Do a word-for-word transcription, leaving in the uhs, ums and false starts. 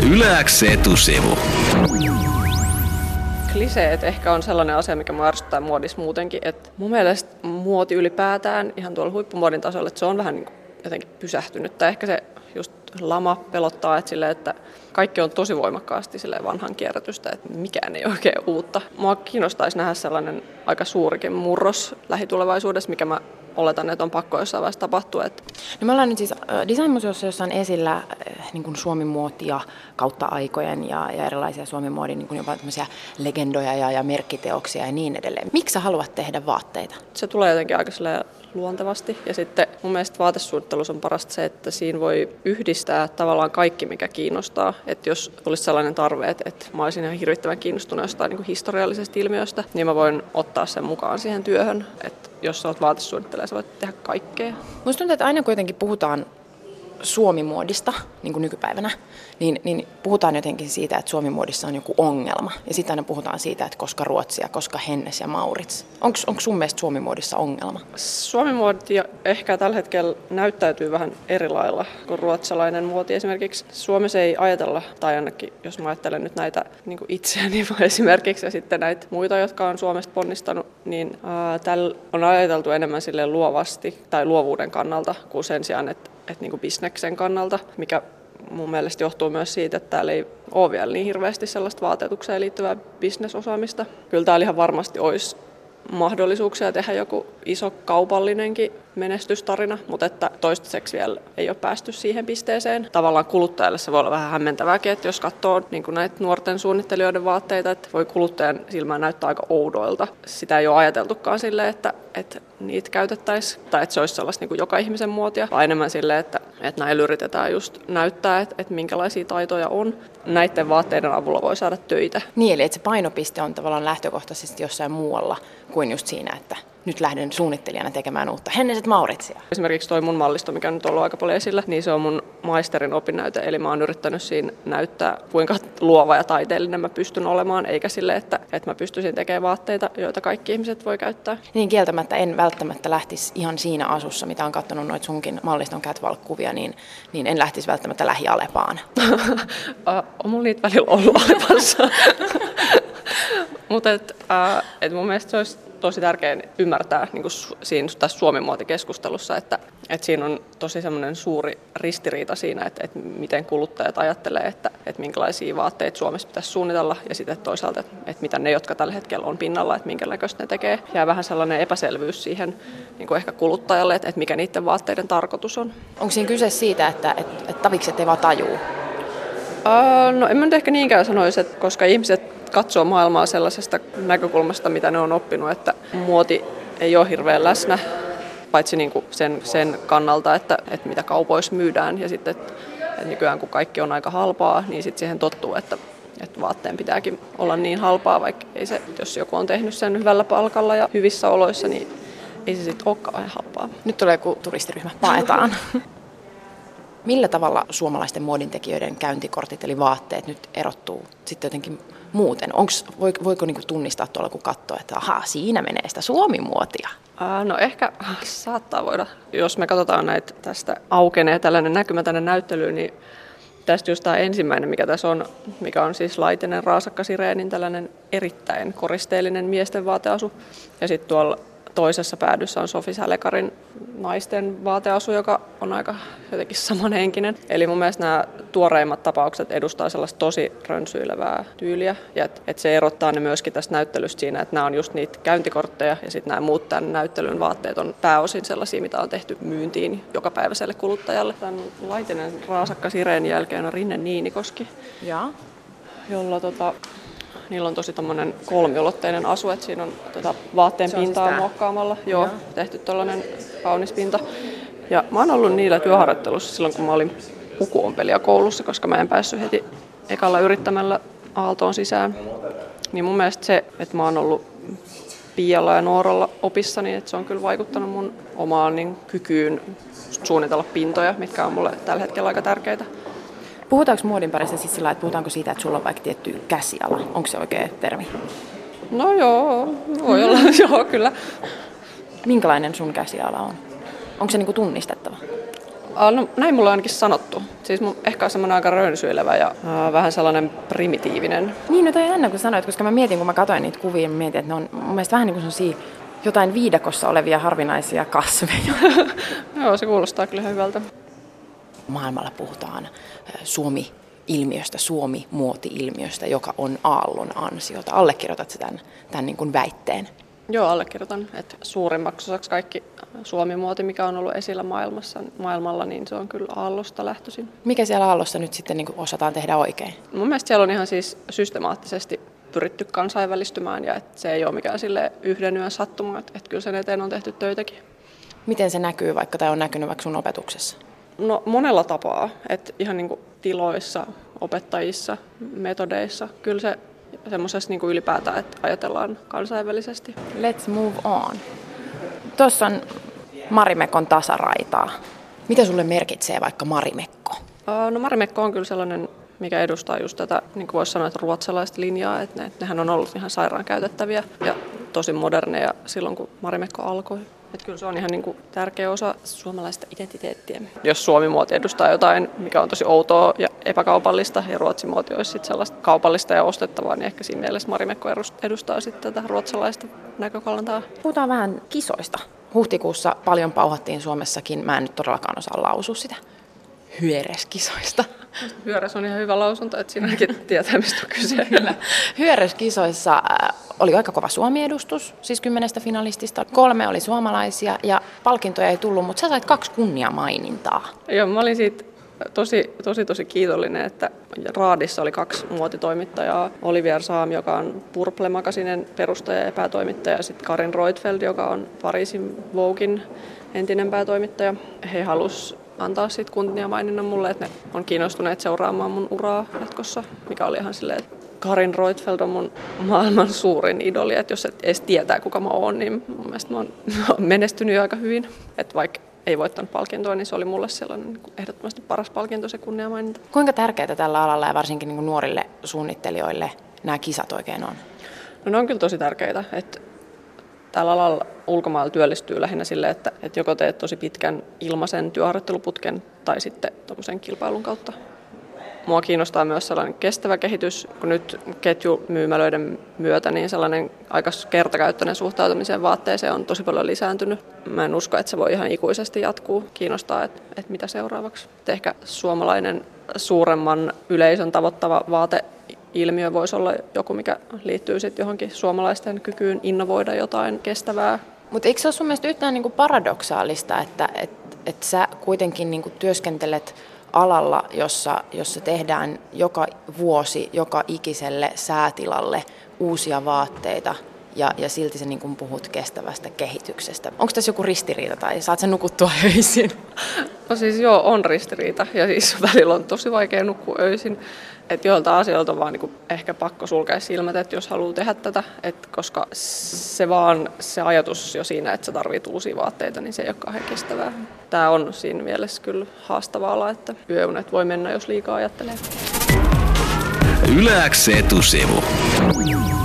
Yle X etusivu. Kliseet ehkä on sellainen asia, mikä mua ärsyttää muodissa muutenkin. Et mun mielestä muoti ylipäätään ihan tuolla huippumuodin tasolla, että se on vähän niin kuin jotenkin pysähtynyt. Tai ehkä se just lama pelottaa, että, sille, että kaikki on tosi voimakkaasti vanhan kierrätystä, että mikään ei ole oikein uutta. Mua kiinnostaisi nähdä sellainen aika suurikin murros lähitulevaisuudessa, mikä mä oletan, että on pakko jossain vaiheessa tapahtua. Että... No me ollaan nyt siis Designmuseossa, jossa on esillä niin kuin Suomi-muotia kautta aikojen ja, ja erilaisia Suomi-muodin niin kuin jopa legendoja ja, ja merkkiteoksia ja niin edelleen. Miksi sä haluat tehdä vaatteita? Se tulee jotenkin aika luontevasti. Ja sitten mun mielestä vaatesuunnittelussa on parasta se, että siinä voi yhdistää tavallaan kaikki, mikä kiinnostaa. Että jos olisi sellainen tarve, että, että mä olisin ihan hirvittävän kiinnostunut jostain niin kuin historiallisesta ilmiöstä, niin mä voin ottaa sen mukaan siihen työhön. Että jos sä oot vaatesuunnittelija, sä voit tehdä kaikkea. Musta tuntuu, että aina kuitenkin puhutaan Suomi-muodista, niin kuin nykypäivänä, niin, niin puhutaan jotenkin siitä, että Suomi-muodissa on joku ongelma. Ja sitten aina puhutaan siitä, että koska Ruotsia, koska Hennes ja Maurits. Onko sun mielestä Suomi-muodissa ongelma? Suomi-muoti ehkä tällä hetkellä näyttäytyy vähän eri lailla kuin ruotsalainen muoti esimerkiksi. Suomessa ei ajatella, tai ainakin jos mä ajattelen nyt näitä niin kuin itseäni esimerkiksi ja sitten näitä muita, jotka on Suomesta ponnistanut, niin ää, tällä on ajateltu enemmän silleen luovasti tai luovuuden kannalta kuin sen sijaan, että että niin kuin bisneksen kannalta, mikä mun mielestä johtuu myös siitä, että täällä ei ole vielä niin hirveästi sellaista vaatetukseen liittyvää bisnesosaamista. Kyllä täällä ihan varmasti olisi mahdollisuuksia tehdä joku iso kaupallinenkin menestystarina, mutta että toistaiseksi vielä ei ole päästy siihen pisteeseen. Tavallaan kuluttajalle se voi olla vähän hämmentävääkin, että jos katsoo niin kuin näitä nuorten suunnittelijoiden vaatteita, että voi kuluttajan silmään näyttää aika oudoilta. Sitä ei ole ajateltukaan silleen, että, että niitä käytettäisiin, tai että se olisi sellaista niin kuin joka ihmisen muotia, vaan enemmän silleen, että, että näillä yritetään just näyttää, että, että minkälaisia taitoja on. Näiden vaatteiden avulla voi saada töitä. Niin, eli että se painopiste on tavallaan lähtökohtaisesti jossain muualla kuin just siinä, että nyt lähden suunnittelijana tekemään uutta Henneset Mauritsia. Esimerkiksi toi mun mallisto, mikä on nyt ollut aika paljon esillä, niin se on mun maisterin opinnäyte. Eli mä oon yrittänyt siinä näyttää, kuinka luova ja taiteellinen mä pystyn olemaan, eikä sille, että, että mä pystyisin tekemään vaatteita, joita kaikki ihmiset voi käyttää. Niin kieltämättä en välttämättä lähtisi ihan siinä asussa, mitä on katsonut noita sunkin malliston catwalk-kuvia, niin, niin en lähtisi välttämättä lähi-Alepaan. On mulla niitä välillä ollut Alepassa. Mutta et, äh, et mun mielestä se olisi tosi tärkeää ymmärtää niin kuin siinä tässä Suomi-muotikeskustelussa, että, että siinä on tosi semmoinen suuri ristiriita siinä, että, että miten kuluttajat ajattelee, että, että minkälaisia vaatteita Suomessa pitäisi suunnitella ja sitten toisaalta, että, että mitä ne, jotka tällä hetkellä on pinnalla, että minkä näköistä ne tekee. Jää vähän sellainen epäselvyys siihen niin kuin ehkä kuluttajalle, että, että mikä niiden vaatteiden tarkoitus on. Onko siinä kyse siitä, että, että, että tavikset ei vaan tajuu? Uh, no en mä nyt ehkä niinkään sanoisi, että koska ihmiset katsoo maailmaa sellaisesta näkökulmasta, mitä ne on oppinut, että muoti ei ole hirveän läsnä, paitsi niin kuin sen, sen kannalta, että, että mitä kaupoissa myydään. Ja sitten, että, että nykyään kun kaikki on aika halpaa, niin sitten siihen tottuu, että, että vaatteen pitääkin olla niin halpaa, vaikka ei se, jos joku on tehnyt sen hyvällä palkalla ja hyvissä oloissa, niin ei se sitten olekaan halpaa. Nyt tulee joku turistiryhmä, paetaan. Millä tavalla suomalaisten muodintekijöiden käyntikortit eli vaatteet nyt erottuu sitten jotenkin muuten? Onks, voiko niinku tunnistaa tuolla, kun katsoo, että ahaa, siinä menee sitä Suomi-muotia? Ää, no ehkä saattaa voida. Jos me katsotaan näitä, tästä aukenee tällainen näkymä tänne näyttelyyn, niin tästä just tämä ensimmäinen, mikä tässä on, mikä on siis Laitinen Raasakka Sireenin tällainen erittäin koristeellinen miesten vaateasu. Ja sitten tuolla toisessa päädyssä on Sofi Sälekarin naisten vaateasu, joka on aika jotenkin samanhenkinen. Eli mun mielestä nämä tuoreimmat tapaukset edustaa sellaista tosi rönsyilevää tyyliä. Ja et, et se erottaa ne myöskin tästä näyttelystä siinä, että nämä on just niitä käyntikortteja ja sitten nämä muut tämän näyttelyn vaatteet on pääosin sellaisia, mitä on tehty myyntiin jokapäiväiselle kuluttajalle. Tämän Laitinen Raasakka Sireenin jälkeen on Rinne Niinikoski, ja. jolla tota, niillä on tosi tommonen kolmiulotteinen asu, että siinä on tota vaatteen pintaa siis muokkaamalla Joo, tehty tollainen kaunis pinta. Ja mä oon ollut niillä työharjoittelussa silloin, kun mä olin pukuompelia koulussa, koska mä en päässyt heti ekalla yrittämällä Aaltoon sisään. Niin mun mielestä se, että mä oon ollut Pialla ja Nooralla opissa, niin että se on kyllä vaikuttanut mun omaan niin, kykyyn suunnitella pintoja, mitkä on mulle tällä hetkellä aika tärkeitä. Puhutaanko muodin parissa siis sillä, että puhutaanko siitä, että sulla on vaikka tietty käsiala? Onko se oikea termi? No joo, voi olla, joo kyllä. Minkälainen sun käsiala on? Onko se niinku tunnistettava? No, näin mulla on ainakin sanottu. Siis mun ehkä on semmoinen aika rönsyilevä ja äh, vähän sellainen primitiivinen. Niin, no toi on jännä kun sanoit, koska mä mietin, kun mä katsoin niitä kuvia, mä mietin, että ne on mun mielestä vähän niin kuin sellaisia jotain viidakossa olevia harvinaisia kasveja. Joo, se kuulostaa kyllä hyvältä. Maailmalla puhutaan Suomi-ilmiöstä, Suomi-muoti-ilmiöstä, joka on aallon ansiota. Allekirjoitatko tämän, tämän niin kuin väitteen? Joo, allekirjoitan, että suurimmaksi osaksi kaikki Suomi-muoti, mikä on ollut esillä maailmassa, maailmalla, niin se on kyllä aallosta lähtöisin. Mikä siellä aallossa nyt sitten niin kuin osataan tehdä oikein? Mun mielestä siellä on ihan siis systemaattisesti pyritty kansainvälistymään ja että se ei ole mikään sille yhden yön sattuma, että, että kyllä sen eteen on tehty töitäkin. Miten se näkyy, vaikka tämä on näkynyt vaikka sun opetuksessa? No monella tapaa, että ihan niin kuin tiloissa, opettajissa, metodeissa, kyllä se semmoisessa niin kuin ylipäätään, että ajatellaan kansainvälisesti. Let's move on. Tuossa on Marimekon tasaraitaa. Mitä sulle merkitsee vaikka Marimekko? No Marimekko on kyllä sellainen, mikä edustaa just tätä, niin kuin voisi sanoa, että ruotsalaista linjaa, että ne, nehän on ollut ihan sairaan käytettäviä ja tosi moderneja silloin, kun Marimekko alkoi. Että kyllä se on ihan niin kuin tärkeä osa suomalaista identiteettiä. Jos Suomi-muoti edustaa jotain, mikä on tosi outoa ja epäkaupallista, ja Ruotsi-muoti olisi sitten sellaista kaupallista ja ostettavaa, niin ehkä siinä mielessä Marimekko edustaa sitten tätä ruotsalaista näkökantaa. Puhutaan vähän kisoista. Huhtikuussa paljon pauhattiin Suomessakin, mä en nyt todellakaan osaa lausua sitä, Hyöreskisoista. Hyöres on ihan hyvä lausunto, että siinäkin tietää, mistä on kyse. Hyöreskisoissa oli aika kova Suomi-edustus, siis kymmenestä finalistista. Kolme oli suomalaisia ja palkintoja ei tullut, mutta sä sait kaksi kunniamainintaa. Joo, mä olin siitä tosi, tosi, tosi kiitollinen, että Raadissa oli kaksi muotitoimittajaa. Olivier Saam, joka on Purple Magazinen perustaja ja päätoimittaja, ja sitten Karin Reutfeld, joka on Pariisin Voguein entinen päätoimittaja. He halusivat antaa sit kunniamaininnan mulle, että ne on kiinnostuneet seuraamaan mun uraa jatkossa, mikä oli ihan silleen, että Karin Reutfeld on mun maailman suurin idoli, että jos et edes tietää kuka mä oon, niin mun mielestä mä oon menestynyt aika hyvin. Että vaikka ei voittanut palkintoa, niin se oli mulle sellainen ehdottomasti paras palkinto, se kunniamaininta. Kuinka tärkeää tällä alalla ja varsinkin niin kuin nuorille suunnittelijoille nämä kisat oikein on? No ne on kyllä tosi tärkeitä, että tällä alalla ulkomailla työllistyy lähinnä sille, että, että joko teet tosi pitkän ilmaisen työharjoitteluputken tai sitten tuommoisen kilpailun kautta. Mua kiinnostaa myös sellainen kestävä kehitys, kun nyt ketjumyymälöiden myötä niin sellainen aika kertakäyttöinen suhtautumisen vaatteeseen on tosi paljon lisääntynyt. Mä en usko, että se voi ihan ikuisesti jatkuu. Kiinnostaa, että, että mitä seuraavaksi. Että ehkä suomalainen suuremman yleisön tavoittava vaateilmiö voisi olla joku, mikä liittyy sitten johonkin suomalaisten kykyyn innovoida jotain kestävää. Mutta eikö se ole sun mielestä yhtään niinku paradoksaalista, että et, et sä kuitenkin niinku työskentelet alalla, jossa, jossa tehdään joka vuosi, joka ikiselle säätilalle uusia vaatteita ja, ja silti sä niin kuin puhut kestävästä kehityksestä. Onko tässä joku ristiriita tai saat sä nukuttua öisin? No siis joo, on ristiriita ja siis välillä on tosi vaikea nukkua öisin. Että joilta asioilta on vaan niinku ehkä pakko sulkea silmät, että jos haluaa tehdä tätä, et koska se vaan se ajatus jo siinä, että sä tarvit uusia vaatteita, niin se ei ole kauhean kestävää. Tää on siinä mielessä kyllä haastava ala, että yöunet voi mennä, jos liikaa ajattelee. Yle X etusivu.